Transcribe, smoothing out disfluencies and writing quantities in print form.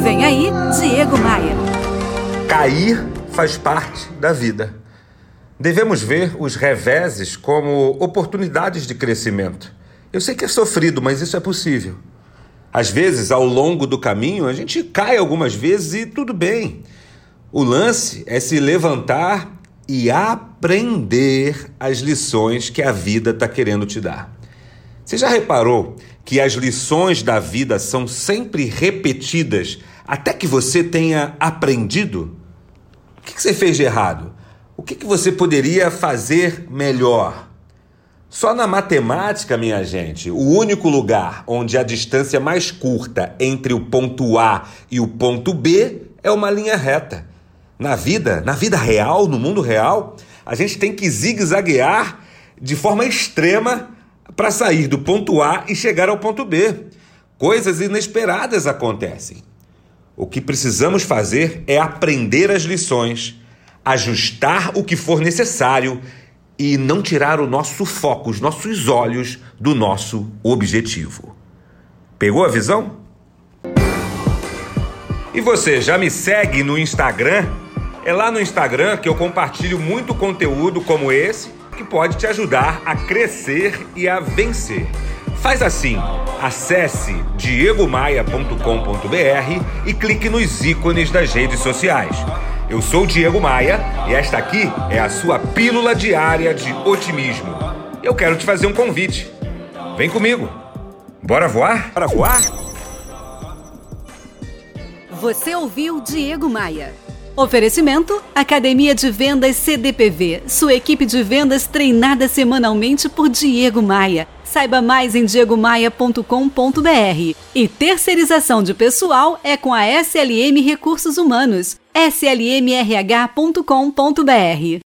Vem aí, Diego Maia. Cair faz parte da vida. Devemos ver os reveses como oportunidades de crescimento. Eu sei que é sofrido, mas isso é possível. Às vezes, ao longo do caminho, a gente cai algumas vezes e tudo bem. O lance é se levantar e aprender as lições que a vida está querendo te dar. Você já reparou que as lições da vida são sempre repetidas até que você tenha aprendido? O que você fez de errado? O que você poderia fazer melhor? Só na matemática, minha gente, o único lugar onde a distância mais curta entre o ponto A e o ponto B é uma linha reta. Na vida real, no mundo real, a gente tem que zigue-zaguear de forma extrema para sair do ponto A e chegar ao ponto B. Coisas inesperadas acontecem. O que precisamos fazer é aprender as lições, ajustar o que for necessário e não tirar o nosso foco, os nossos olhos do nosso objetivo. Pegou a visão? E você, já me segue no Instagram? É lá no Instagram que eu compartilho muito conteúdo como esse, que pode te ajudar a crescer e a vencer. Faz assim, acesse diegomaia.com.br e clique nos ícones das redes sociais. Eu sou o Diego Maia e esta aqui é a sua pílula diária de otimismo. Eu quero te fazer um convite. Vem comigo. Bora voar? Bora voar? Você ouviu Diego Maia. Oferecimento: Academia de Vendas CDPV, sua equipe de vendas treinada semanalmente por Diego Maia. Saiba mais em diegomaia.com.br. E terceirização de pessoal é com a SLM Recursos Humanos, slmrh.com.br.